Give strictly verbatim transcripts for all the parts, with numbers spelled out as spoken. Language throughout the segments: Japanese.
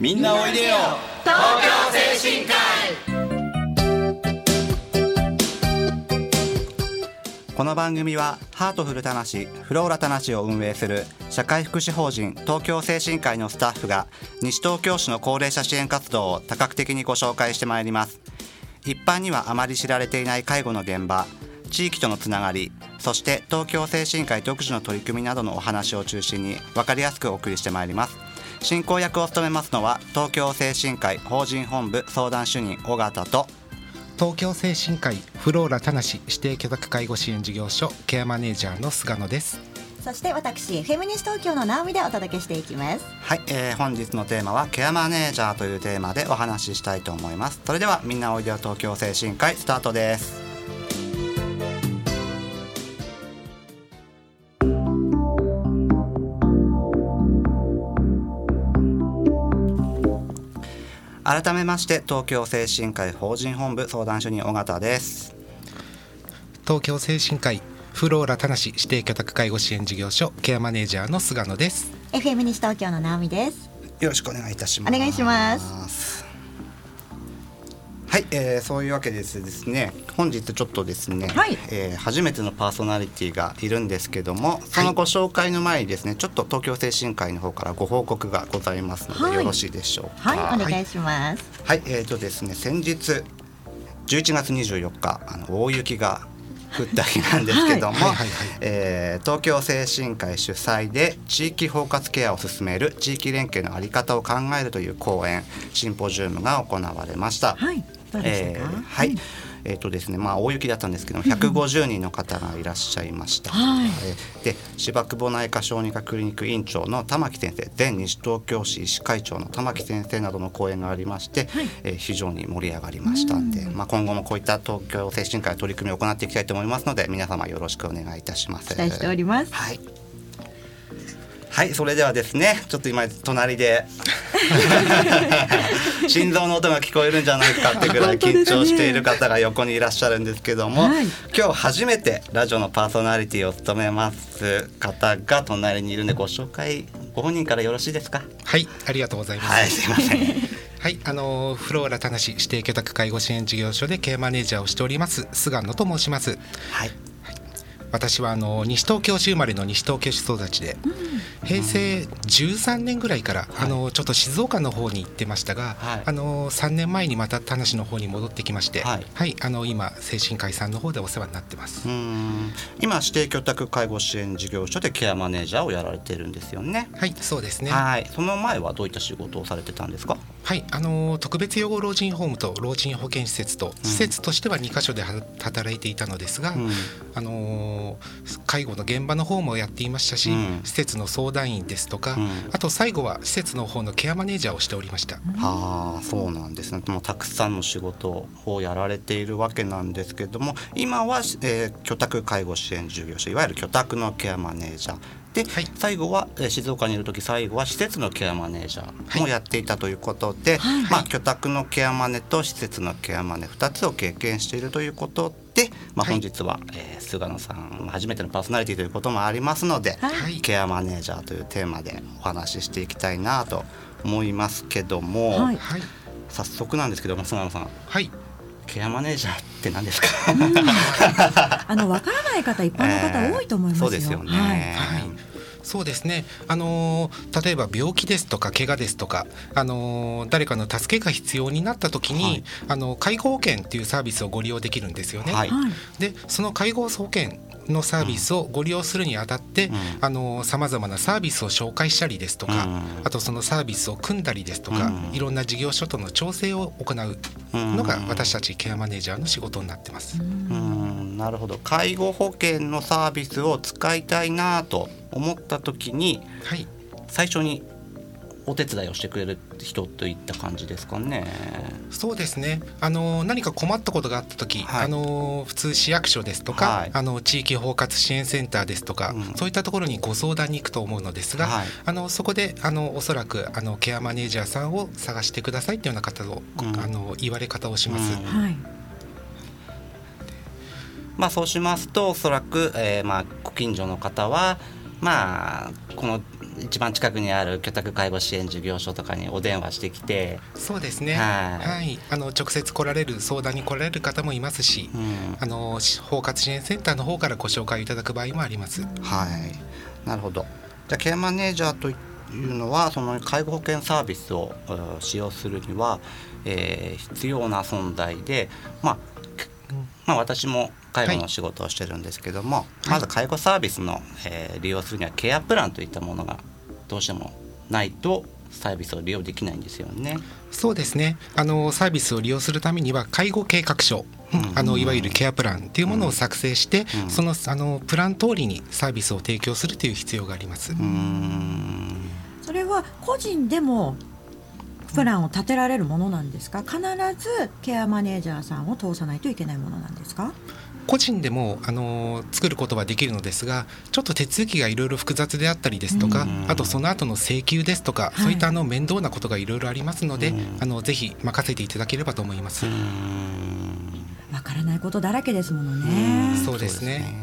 みんなおいでよ東京精神科医。 この番組はハートフルたなしフローラたなしを運営する社会福祉法人東京精神科医のスタッフが西東京市の高齢者支援活動を多角的にご紹介してまいります。一般にはあまり知られていない介護の現場、地域とのつながり、そして東京精神科医独自の取り組みなどのお話を中心に分かりやすくお送りしてまいります。進行役を務めますのは東京精神科医法人本部相談主任尾形と東京精神科医フローラたなし指定居宅介護支援事業所ケアマネージャーの菅野です。 そして私 エフエム 西東京の直美でお届けしていきます。 はい、えー、本日のテーマはケアマネージャーというテーマでお話ししたいと思います。それではみんなおいでよ東京精神科医スタートです。改めまして東京精神科医法人本部相談主任尾形です。 東京精神科医フローラたなし指定居宅介護支援事業所ケアマネージャーの菅野です。 エフエム 西東京の直美です。 よろしくお願いいたします。 お願いします。 はい、えー、そういうわけでですね、本日ちょっとですね、 はい、 えー、初めてのパーソナリティがいるんですけども、そのご紹介の前にですね、ちょっと東京精神科医の方からご報告がございますので、はい、よろしいでしょうか。 はい、お願いします。 はい、はい、えーとですね、先日じゅういちがつにじゅうよっかあの大雪が降った日なんですけども、東京精神科医主催で地域包括ケアを進める地域連携の在り方を考えるという講演シンポジウムが行われました。 はい、どうでしたか。 えー、はい、えーとですねまあ、大雪だったんですけどもひゃくごじゅうにんの方がいらっしゃいました。 はい、 で芝久保内科小児科クリニック院長の玉木先生、前西東京市医師会長の玉木先生などの講演がありまして、はい、えー、非常に盛り上がりましたんで、まあ、今後もこういった東京精神科医取り組みを行っていきたいと思いますので皆様よろしくお願いいたします。 期待しております。 はい、はい、それではですね、ちょっと今隣で心臓の音が聞こえるんじゃないかってぐらい緊張している方が横にいらっしゃるんですけども、はい、今日初めてラジオのパーソナリティを務めます方が隣にいるんでご紹介ご本人からよろしいですか。 はい、ありがとうございます。 はい、すいませんはい、あのフローラたなし指定居宅介護支援事業所でケアマネージャーをしております菅野と申します。はい、私はあの西東京市生まれの西東京市育ちで、うん、平成じゅうさんねんぐらいから、はい、あのちょっと静岡の方に行ってましたが、はい、あのさんねんまえにまた田無の方に戻ってきまして、はいはい、あの今精神科医さんの方でお世話になってます。 うーん、今指定居宅介護支援事業所でケアマネージャーをやられてるんですよね。 はい、そうですね。 はい、その前はどういった仕事をされてたんですか。 はい、あの特別養護老人ホームと老人保健施設と、うん、施設としてはにかしょで働いていたのですが、うん、あの介護の現場の方もやっていましたし、うん、施設の相談員ですとか、うん、あと最後は施設の方のケアマネージャーをしておりました。 はあ、そうなんですね。もうたくさんの仕事をやられているわけなんですけども、今は、えー、居宅介護支援事業所、いわゆる居宅のケアマネージャーで、はい、最後は静岡にいる時最後は施設のケアマネージャーもやっていたということで、はい、まあ、居宅のケアマネと施設のケアマネふたつを経験しているということで、まあ、本日は、はい、えー、菅野さん初めてのパーソナリティということもありますので、はい、ケアマネージャーというテーマでお話ししていきたいなと思いますけども、はい、早速なんですけども菅野さん、 はい、 ケアマネージャーって何ですか。 あの分からない方一般の方多いと思いますよ。 えー、そうですよね。 はいはい、そうですね、あのー、例えば病気ですとか怪我ですとか、あのー、誰かの助けが必要になった時に、はい、あの介護保険っていうサービスをご利用できるんですよね。はい、でその介護保険のサービスをご利用するにあたって、うん、あのさまざまなサービスを紹介したりですとか、うん、あとそのサービスを組んだりですとか、うん、いろんな事業所との調整を行うのが私たちケアマネージャーの仕事になってます。 うん、なるほど。介護保険のサービスを使いたいなと思った時に、はい、最初にお手伝いをしてくれる人といった感じですかね。 そうですね、あの何か困ったことがあった時、はい、あの普通市役所ですとか、はい、あの地域包括支援センターですとか、うん、そういったところにご相談に行くと思うのですが、はい、あのそこであのおそらくあのケアマネージャーさんを探してくださいというような方を、うん、あの言われ方をします。うん、はい、 まあ、そうしますとおそらく、えーまあ、ご近所の方はまあこの一番近くにある居宅介護支援事業所とかにお電話してきて、 そうですね、 はい、 はい、あの直接来られる相談に来られる方もいますし、うん、あの包括支援センターの方からご紹介いただく場合もあります。 はい、なるほど。じゃあケアマネージャーというのはその介護保険サービスを使用するには、えー、必要な存在で、まあまあ、私も介護の仕事をしてるんですけども、はい、まず介護サービスの、えー、利用するにはケアプランといったものがどうしてもないとサービスを利用できないんですよね。 そうですね、あのサービスを利用するためには介護計画書、うん、あのいわゆるケアプランっていうものを作成して、うん、その、あのプラン通りにサービスを提供するという必要があります。うーん、 それは個人でもプランを立てられるものなんですか？必ずケアマネージャーさんを通さないといけないものなんですか？ 個人でもあの作ることはできるのですが、ちょっと手続きがいろいろ複雑であったりですとか、あとその後の請求ですとか、はい、そういったあの面倒なことがいろいろありますので、あのぜひ任せていただければと思います。 わからないことだらけですものね。 そうですね。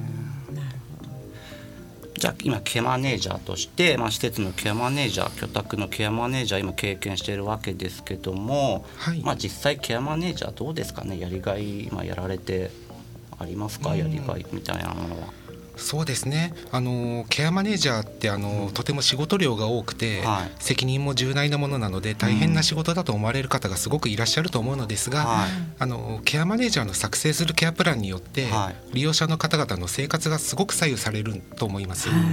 じゃあ今ケアマネージャーとして、まあ、施設のケアマネージャー、居宅のケアマネージャー今経験しているわけですけども、はい、まあ、実際ケアマネージャーどうですかね。やりがい今やられてありますか？やりがいみたいなものは。 そうですね、あのケアマネージャーってあの、うん、とても仕事量が多くて、はい、責任も重大なものなので大変な仕事だと思われる方がすごくいらっしゃると思うのですが、はい、あのケアマネージャーの作成するケアプランによって、はい、利用者の方々の生活がすごく左右されると思います。はい、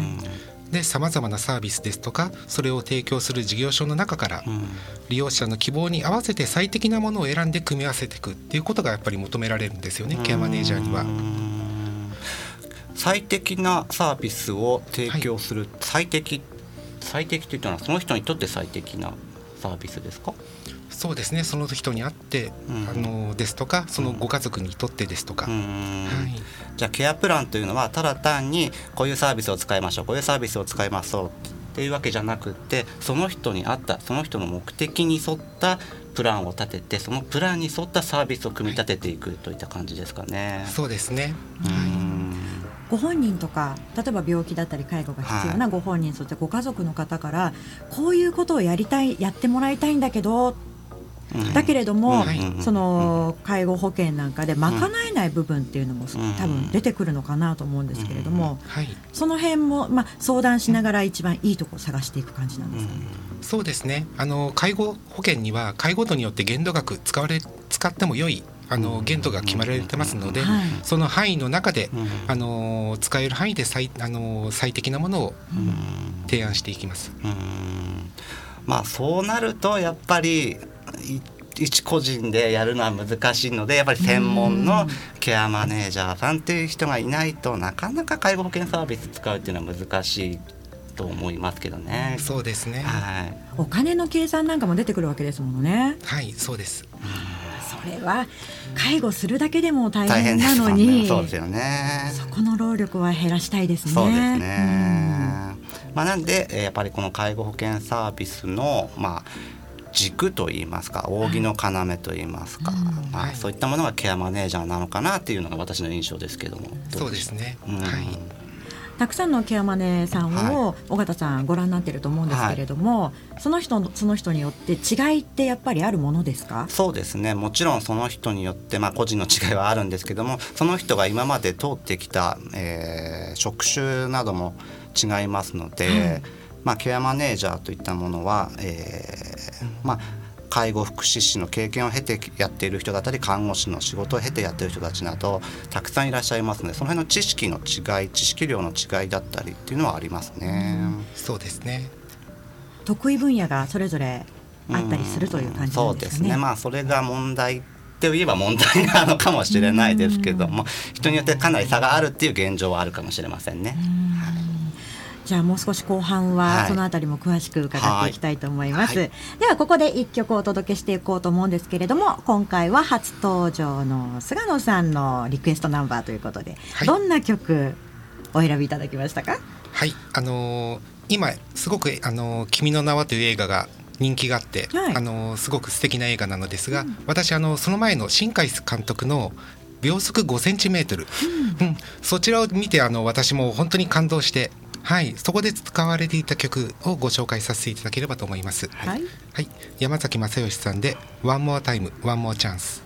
で様々なサービスですとかそれを提供する事業所の中から、うん、利用者の希望に合わせて最適なものを選んで組み合わせていくっていうことがやっぱり求められるんですよね、ケアマネージャーには。 最適なサービスを提供する、はい、最適最適というのはその人にとって最適なサービスですか？ そうですね、その人にあって、うん、あのですとかそのご家族にとってですとか、うん、 はい、じゃあケアプランというのはただ単にこういうサービスを使いましょうこういうサービスを使いましょうっていうわけじゃなくって、その人に合ったその人の目的に沿ったプランを立ててそのプランに沿ったサービスを組み立てていくといった感じですかね。 そうですね、 うん、はい 、ご本人とか例えば病気だったり介護が必要なご本人、はい、そしてご家族の方からこういうことをやりたいやってもらいたいんだけど、うん、だけれども、うん、その介護保険なんかで賄えない部分っていうのも、うん、多分出てくるのかなと思うんですけれども、うん、はい、その辺も、まあ、相談しながら一番いいところを探していく感じなんですかね。 うん、そうですね、あの介護保険には介護度によって限度額使われ使っても良いあの限度が決まられてますので、はい、その範囲の中で、うん、あの使える範囲で 最, あの最適なものを提案していきます。 うん、まあ、そうなるとやっぱり一個人でやるのは難しいのでやっぱり専門のケアマネージャーさんっていう人がいないとなかなか介護保険サービス使うっていうのは難しいと思いますけどね。 そうですね、 はい、 お金の計算なんかも出てくるわけですものね。 はい、そうです。 それは介護するだけでも大変なのに、 そうですよね、 そこの労力は減らしたいですね。 そうですね、うん、まあ、なんでやっぱりこの介護保険サービスの、まあ、軸といいますか扇の要といいますか、はい、まあ、そういったものがケアマネージャーなのかなっていうのが私の印象ですけども。 そうですね、うん、はい、 たくさんのケアマネさんを尾形さんご覧になっていると思うんですけれども、はい、その人その人によって違いってやっぱりあるものですか？ そうですね、もちろんその人によって、まあ、個人の違いはあるんですけどもその人が今まで通ってきた、えー、職種なども違いますので、はい、まあ、ケアマネージャーといったものは、えーまあ、介護福祉士の経験を経てやっている人だったり看護師の仕事を経てやっている人たちなどたくさんいらっしゃいますのでその辺の知識の違い知識量の違いだったりっていうのはありますね。うん、 そうですね、 得意分野がそれぞれあったりするという感じなんですかね。 そうですね、まあ、それが問題って言えば問題なのかもしれないですけども人によってかなり差があるっていう現状はあるかもしれませんね。 じゃあもう少し後半はそのあたりも詳しく伺っていきたいと思います、はいはい、ではここでいっきょくお届けしていこうと思うんですけれども今回は初登場の菅野さんのリクエストナンバーということで、はい、どんな曲お選びいただきましたか？ はい、あのー、今すごく、あのー、君の名はという映画が人気があって、はい、あのー、すごく素敵な映画なのですが、うん、私あのその前の新海監督の秒速ごセンチメートル、うんうん、そちらを見てあの私も本当に感動してはい、そこで使われていた曲をご紹介させていただければと思います。 はい、 はい、山崎正義さんで One More Time One More Chance。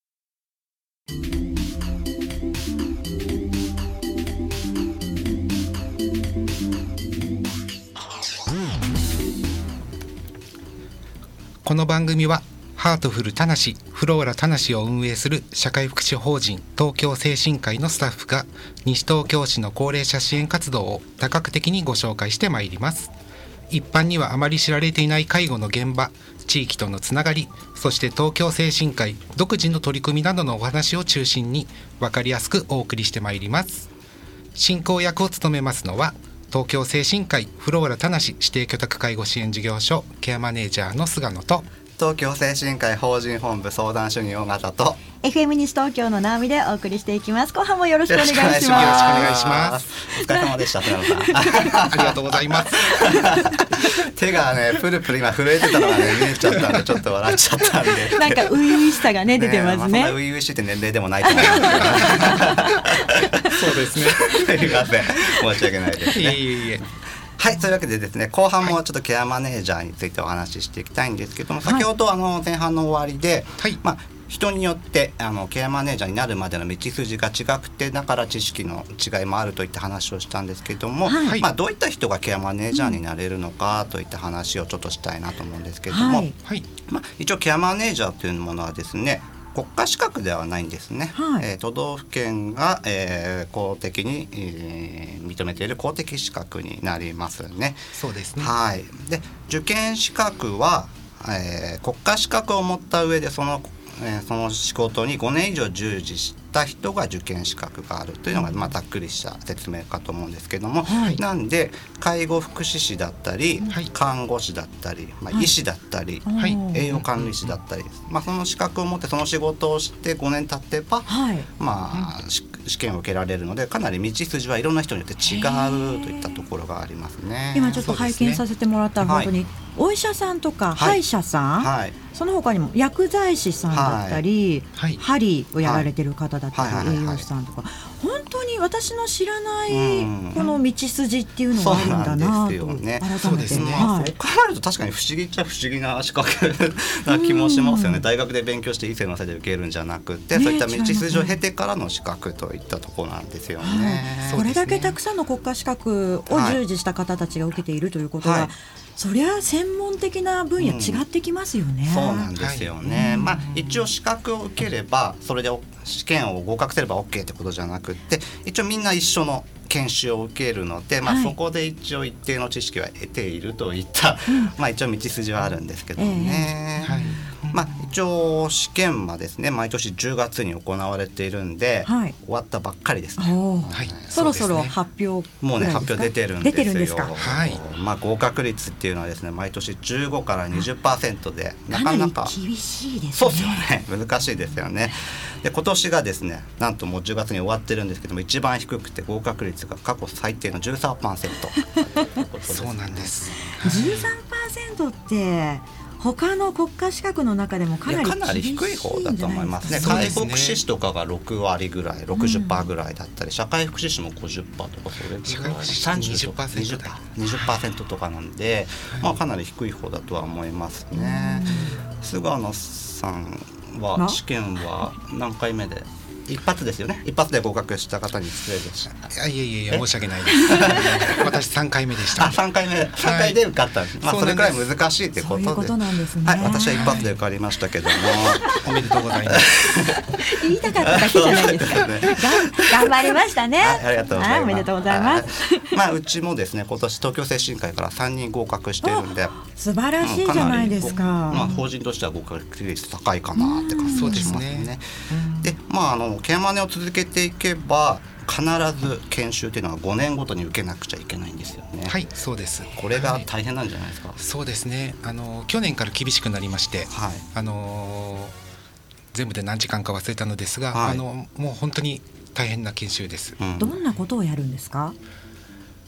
この番組はハートフルたなしフローラたなしを運営する社会福祉法人東京精神科医のスタッフが西東京市の高齢者支援活動を多角的にご紹介してまいります。一般にはあまり知られていない介護の現場、地域とのつながり、そして東京精神科医独自の取り組みなどのお話を中心に分かりやすくお送りしてまいります。進行役を務めますのは東京精神科医フローラたなし指定居宅介護支援事業所ケアマネージャーの菅野と、 東京精神科医法人本部相談主任尾形とエフエム 西東京の直美でお送りしていきます。後半もよろしくお願いします。 よろしくお願いします。 お疲れ様でした菅野さん。 ありがとうございます。 手がねプルプル今震えてたのがね見えちゃったんでちょっと笑っちゃったんでなんか初々しさがね出てますね。 ね、まあ、そんな初々しいって年齢でもないと思いますけどそうですね。 すいません申し訳ないですね。 いえいえいえ。 はい、というわけでですね、後半もちょっとケアマネージャーについてお話ししていきたいんですけども、はい、先ほどあの前半の終わりで、はい、まあ、人によってあのケアマネージャーになるまでの道筋が違くて、だから知識の違いもあるといった話をしたんですけども、はい、まあ、どういった人がケアマネージャーになれるのかといった話をちょっとしたいなと思うんですけども、はいはい、まあ、一応ケアマネージャーというものはですね、国家資格ではないんですね、はい、えー、都道府県が、えー、公的に、えー、認めている公的資格になりますね。 そうですね。 はい、で受験資格は、えー、国家資格を持った上でその、えー、その仕事にごねん以上従事した人が受験資格があるというのが、まあ、ざっくりした説明かと思うんですけども、はい、なんで介護福祉士だったり、はい、看護師だったり、まあ、医師だったり、はい、栄養管理士だったり、まあ、その資格を持ってその仕事をしてごねん経ってば、はい、まあ、試験を受けられるので、かなり道筋はいろんな人によって違うといったところがありますね。 今ちょっと拝見させてもらったら、本当にお医者さんとか歯医者さん、はいはい、その他にも薬剤師さんだったり、はい、針をやられてる方だったり、はい、栄養士さんとか、本当に私の知らないこの道筋っていうのがあるんだなと、うん、ね、改めて、そうですね、 まあ、そう考えると確かに不思議っちゃ不思議な資格な気もしますよね。大学で勉強して異性のせいで受けるんじゃなくて、ね、そういった道筋を経てからの資格といったところなんですよね。 これだけたくさんの国家資格を従事した方たちが受けているということは、はい、そりゃ専門的な分野違ってきますよね、 うん、そうなんですよね、はい、まあ、一応資格を受ければそれで試験を合格すれば OK ってことじゃなくて、一応みんな一緒の研修を受けるので、まあ、はい、そこで一応一定の知識は得ているといった、うん、まあ、一応道筋はあるんですけどね、えーはい、まあ、一応試験はですね毎年じゅうがつに行われているんで、はい、終わったばっかりですね、 はい、そろそろ発表もうね発表出てるんですよ。 出てるんですか。 はい、まあ、合格率っていうのはですね毎年じゅうごから にじゅっパーセント でなかなかかなり厳しいですね。 そうですよね、難しいですよね。で今年がですねなんともうじゅうがつに終わってるんですけども、一番低くて合格率が過去最低の じゅうさんパーセントそうなんです、 はい、じゅうさんパーセント って他の国家資格の中でもかなりかなり低い方だと思いますね。介護福祉士とかがろくわりぐらい ろくじゅっパーセント ぐらいだったり、うん、社会福祉士も ごじゅっパーセント とかそれぐらいさんじゅうとか にじゅっパーセント にじゅっパーセント とかなんで、まあ、かなり低い方だとは思いますね。菅野さんは試験は何回目で？一発ですよね。一発で合格した方に失礼でした。 いやいやいや申し訳ないです私さんかいめでした。 あ、さんかいめさんかいで受かったんです、はい、まあ、それくらい難しいってことで、そういうことなんですね。はい、私は一発で受かりましたけども、はい、 おめでとうございます言いたかっただけじゃないですかね、頑張りましたね、はい、 ありがとうございます、はい、 おめでとうございます。 まあ、うちもですね今年東京精神科医からさんにん合格しているんで素晴らしいじゃないですか、うん、 まあ、法人としては合格率高いかなって感じがしますね。で、まあ、あのケアマネを続けていけば必ず研修っていうのはごねんごとに受けなくちゃいけないんですよね。 はい、そうです。 これが大変なんじゃないですか。 はい、そうですね。あの去年から厳しくなりまして、はい、あの全部で何時間か忘れたのですが、はい、あのもう本当に大変な研修です。 うん、どんなことをやるんですか。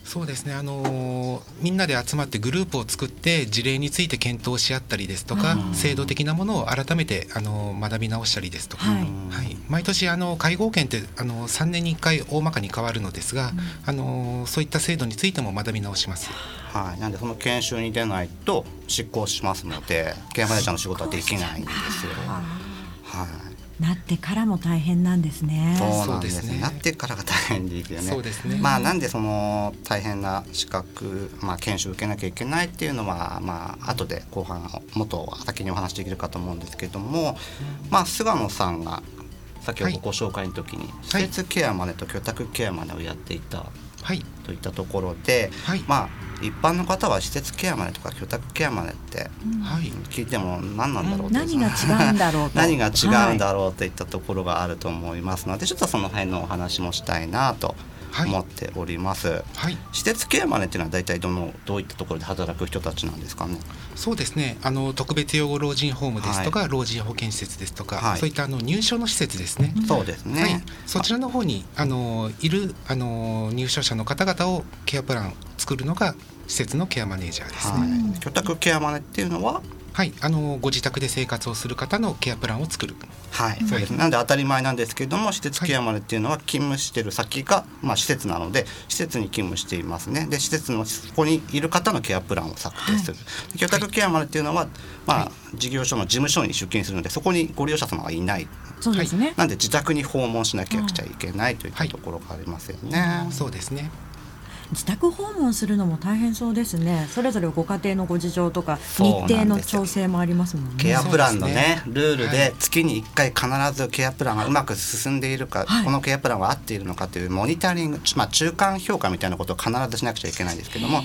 そうですね、あのー、みんなで集まってグループを作って事例について検討し合ったりですとか、制度的なものを改めて、あのー、学び直したりですとか、はいはい、毎年あの介護保険って、あのー、さんねんにいっかい大まかに変わるのですが、うん、あのー、そういった制度についても学び直します。 はい、なんでその研修に出ないと執行しますのでケアマネージャーの仕事はできないんですよ。はい、 なってからも大変なんですね。 そうなんですね。なってからが大変ですよね。 そうですね。 まあなんでその大変な資格、まあ研修受けなきゃいけないっていうのはまあ後で後半もっと先にお話できるかと思うんですけども、うん、まあ菅野さんが先ほどご紹介の時に施設ケアマネと居宅ケアマネをやっていた。はい、といったところで、はい、まあ一般の方は施設ケアマネとか居宅ケアマネって聞いても何なんだろうと、うん、 何が違うんだろうと何が違うんだろうといったところがあると思いますので、ちょっとその辺のお話もしたいなと思っております。はいはい、施設ケアマネっていうのは大体どのどういったところで働く人たちなんですかね。 そうですね、あの特別養護老人ホームですとか、はい、老人保健施設ですとか、はい、そういったあの入所の施設ですね。 そうですね、はい、 そちらの方にあのいるあの入所者の方々をケアプランを作るのが施設のケアマネージャーですね。 はい、居宅ケアマネっていうのははい、あのご自宅で生活をする方のケアプランを作る。 はい、そうですね。なんで当たり前なんですけども、施設ケアマネっていうのは勤務している先が、まあ、施設なので施設に勤務していますね。で施設のそこにいる方のケアプランを策定する。はい、居宅ケアマネっていうのは、まあ、はい、事業所の事務所に出勤するのでそこにご利用者様がいない。 そうですね。 なんで自宅に訪問しなきゃいけないといったところがありますよね。はい、 そうですね。 自宅訪問するのも大変そうですね。それぞれご家庭のご事情とか日程の調整もありますもんね。 ケアプランのねルールで月にいっかい必ずケアプランがうまく進んでいるか、はい、このケアプランは合っているのかというモニタリング、まあ、中間評価みたいなことを必ずしなくちゃいけないんですけども、はい、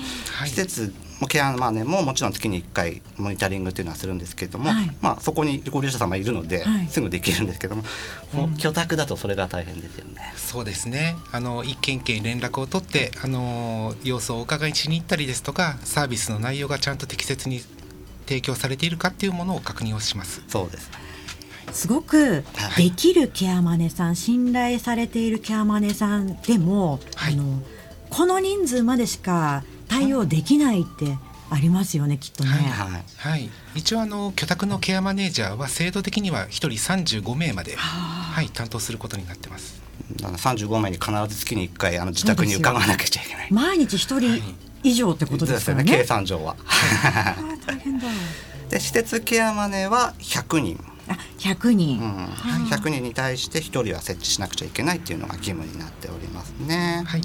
施設もケアマネももちろん月にいっかいモニタリングというのはするんですけども、はい、まあ、そこにご利用者様いるので、はい、すぐできるんですけども、もう居宅だとそれが大変ですよね。 そうですね。あの一件一件連絡を取ってあの様子をお伺いしに行ったりですとか、サービスの内容がちゃんと適切に提供されているかっていうものを確認をします。 そうです。 すごくできるケアマネさん、はい、信頼されているケアマネさんでも、はい、あのこの人数までしか対応できないってありますよね、きっとね。はいはいはい、一応あの居宅のケアマネージャーは制度的にはひとりさんじゅうごめいまで、はい、担当することになってます。 だからさんじゅうごめいに必ず月にいっかいあの自宅に伺わなきゃいけない。 毎日ひとり以上ってことですよね。 ですよね、計算上は。 あ大変だ。 で施設ケアマネはひゃくにん。 あひゃくにん、 うん、ひゃくにんに対してひとりは設置しなくちゃいけないっていうのが義務になっておりますね。はい、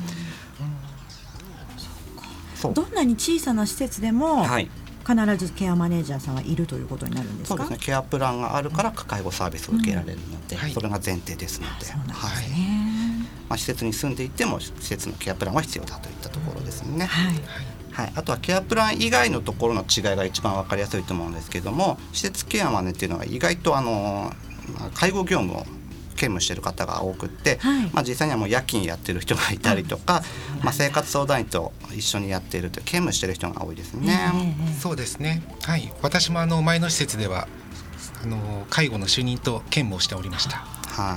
どんなに小さな施設でも、 はい、 必ずケアマネージャーさんはいるということになるんですか。 そうですね、ケアプランがあるから介護サービスを受けられるので、うん、はい、それが前提ですので、 そうなんですね。はい、 まあ、施設に住んでいても施設のケアプランは必要だといったところですね。 はいはい、あとはケアプラン以外のところの違いが一番分かりやすいと思うんですけども、施設ケアマネっていうのは意外とあの介護業務を兼務している方が多くって、はい、まあ、実際にはもう夜勤やってる人がいたりとか、まあ、生活相談員と一緒にやっているという兼務している人が多いですね。 えー、そうですね、はい、私もあの前の施設ではあの介護の主任と兼務をしておりました。 はい、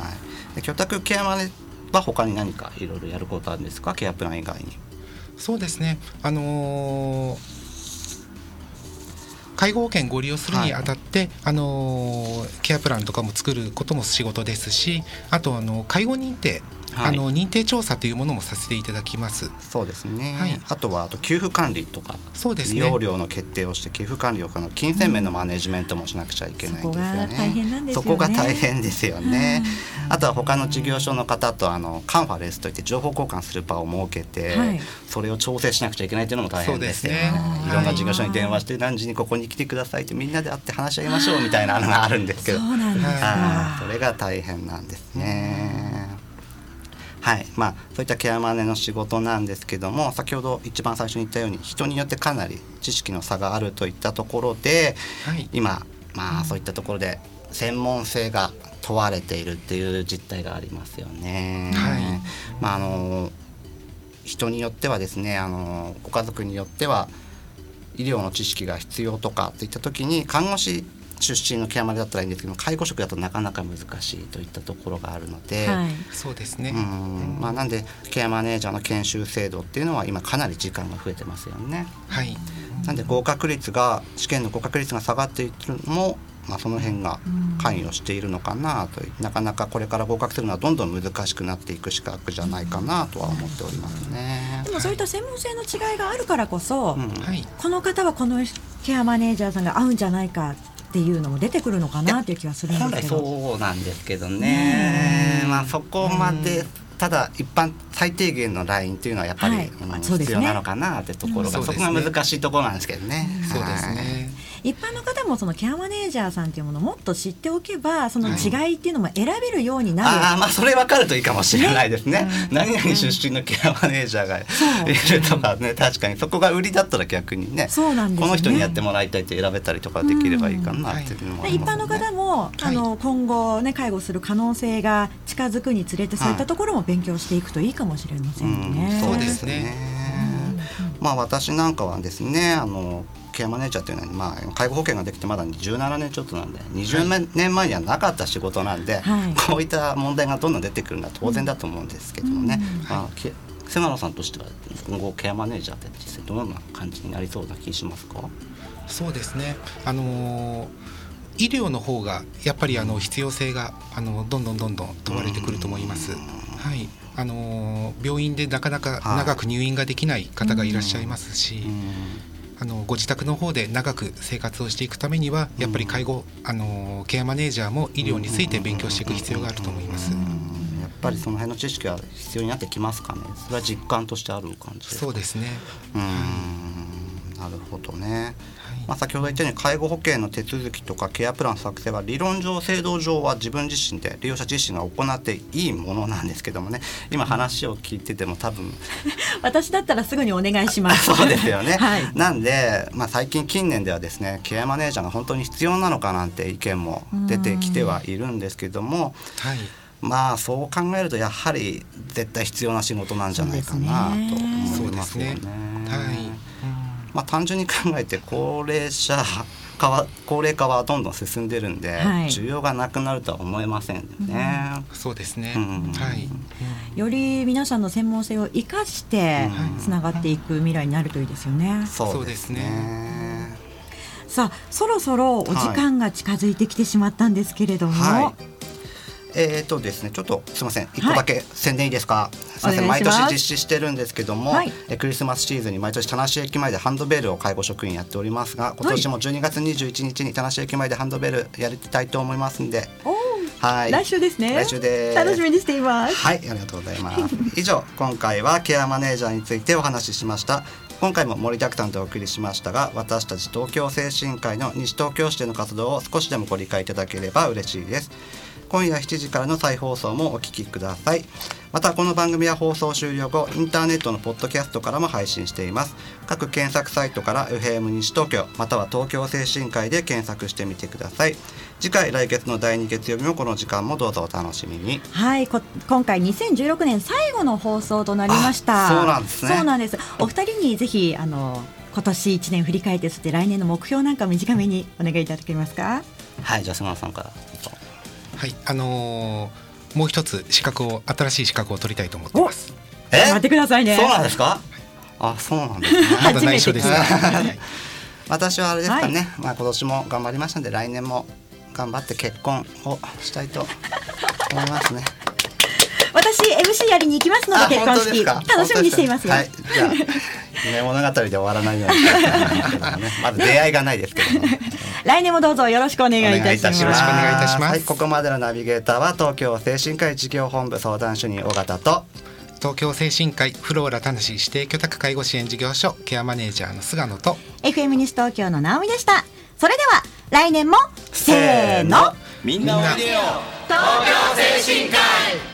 で居宅ケアマネは他に何かいろいろやることあるんですか、ケアプラン以外に。 そうですね、あのー、介護保険ご利用するにあたって、はい、あのー、ケアプランとかも作ることも仕事ですし、あとあの介護認定、はい、あの認定調査というものもさせていただきます。 そうですね、はい、あとはあと給付管理とか、 そうですね、 利用料の決定をして給付管理を金銭面のマネジメントもしなくちゃいけないんですよね。 そこが大変なんですよね。 そこが大変ですよね。あとは他の事業所の方とあのカンファレンスといって情報交換する場を設けて、はい、それを調整しなくちゃいけないというのも大変ですよね。そうですね、いろんな事業所に電話して何時にここに来てくださいってみんなで会って話し合いましょうみたいなのがあるんですけど、 そうなんですか。 それが大変なんですね。はい、まあ、そういったケアマネの仕事なんですけども、先ほど一番最初に言ったように人によってかなり知識の差があるといったところで、はい、今、まあ、そういったところで専門性が問われているっていう実態がありますよね。はい、まあ、あの人によってはですね、あのご家族によっては医療の知識が必要とかっていった時に看護師出身のケアマネだったらいいんですけど介護職だとなかなか難しいといったところがあるので、 はい、そうですね、 うんまあ、なんでケアマネージャーの研修制度っていうのは今かなり時間が増えてますよね。 はい、 なんで合格率が試験の合格率が下がっているのも、まあ、その辺が関与しているのかなと、なかなかこれから合格するのはどんどん難しくなっていく資格じゃないかなとは思っておりますね。 でもそういった専門性の違いがあるからこそ、 うんはい、 この方はこのケアマネージャーさんが合うんじゃないかっていうのも出てくるのかなという気はするんですけど。 本来そうなんですけどね、まあ、そこまでただ一般最低限のラインっていうのはやっぱり、はいうん、必要なのかなってところが、うん、そこが難しいところなんですけどね。 そうですね。 一般の方もそのケアマネージャーさんっていうものをもっと知っておけばその違いっていうのも選べるようになる、 はい、あまあそれ分かるといいかもしれないですね、ね何々出身のケアマネージャーがいるとかね、確かにそこが売りだったら逆にね、 そうなんですね、 この人にやってもらいたいって選べたりとかできればいいかなっていうのもありますね。 一般の方もあの今後ね介護する可能性が近づくにつれてそういったところも勉強していくといいかもしれませんね、 うん、そうですね、うん、まあ私なんかはですねあのケアマネージャーというのは、まあ、介護保険ができてまだじゅうななねんちょっとなんでにじゅうねんまえにはなかった仕事なんで、はい、こういった問題がどんどん出てくるのは当然だと思うんですけどもね、うんまあ、瀬野さんとしては今後ケアマネージャーって実際どのような感じになりそうな気しますか？ そうですね、あのー、医療の方がやっぱりあの必要性があのどんどんどんどん問われてくると思います、はい、あのー、病院でなかなか長く入院ができない方がいらっしゃいますし、あのご自宅の方で長く生活をしていくためにはやっぱり介護、あのケアマネージャーも医療について勉強していく必要があると思います。 やっぱりその辺の知識は必要になってきますかね。それは実感としてある感じですか？ そうですね。 うーん、なるほどね。まあ、先ほど言ったように介護保険の手続きとかケアプラン作成は理論上制度上は自分自身で利用者自身が行っていいものなんですけどもね、今話を聞いてても多分私だったらすぐにお願いしますそうですよね、 はい、 なんで、まあ、最近近年ではですねケアマネージャーが本当に必要なのかなんて意見も出てきてはいるんですけども、はい、まあそう考えるとやはり絶対必要な仕事なんじゃないかなと思いますよね。まあ、単純に考えて高齢者化は高齢化はどんどん進んでるんで、はい、需要がなくなるとは思えませんよね、 うん、そうですね、 うんはい、 より皆さんの専門性を生かしてつながっていく未来になるといいですよね、 うん、そうですね。 さあそろそろお時間が近づいてきてしまったんですけれども、はいはい、 えーとですね、ちょっとすみませんいっこだけ宣伝いいですか？はい、すみません毎年実施してるんですけども、はい、えクリスマスシーズンに毎年田無駅前でハンドベルを介護職員やっておりますが、今年もじゅうにがつにじゅういちにちに田無駅前でハンドベルやりたいと思いますんで、 はい、来週ですね。 来週です。 楽しみにしています。 はい、ありがとうございます以上今回はケアマネージャーについてお話ししました。今回も盛りだくさんでお送りしましたが、私たち東京精神科医の西東京市での活動を少しでもご理解いただければ嬉しいです。今夜しちじからの再放送もお聞きください。またこの番組は放送終了後インターネットのポッドキャストからも配信しています。各検索サイトから エフエム 西東京または東京精神科医で検索してみてください。次回来月のだいに月曜日もこの時間もどうぞお楽しみに。 はい、こ今回にせんじゅうろくねん最後の放送となりました。 そうなんですね。 そうなんです。お二人にぜひあの今年いちねん振り返って、そして来年の目標なんか短めにお願いいただけますか？ はい、じゃあ菅野さんから。 はい、あのー、もう一つ資格を新しい資格を取りたいと思ってます。 え待ってくださいね。 そうなんですか？あ、そうなんですね。 まだ内緒です。 私はあれですかね、はい、まあ今年も頑張りましたので来年も頑張って結婚をしたいと思いますね。 私 エムシー やりに行きますので結婚式楽しみにしていますよ。 はい、じゃあ夢物語で終わらないようにね、まず出会いがないですけども来年もどうぞよろしくお願いいたします。 よろしくお願いいたします。 はい、ここまでのナビゲーターは東京精神科医事業本部相談主任尾形と東京精神科医フローラ田無指定居宅介護支援事業所ケアマネージャーの菅野とエフエム 西東京の直美でした。それでは来年もせーの、 みんなおいでよ東京精神科医。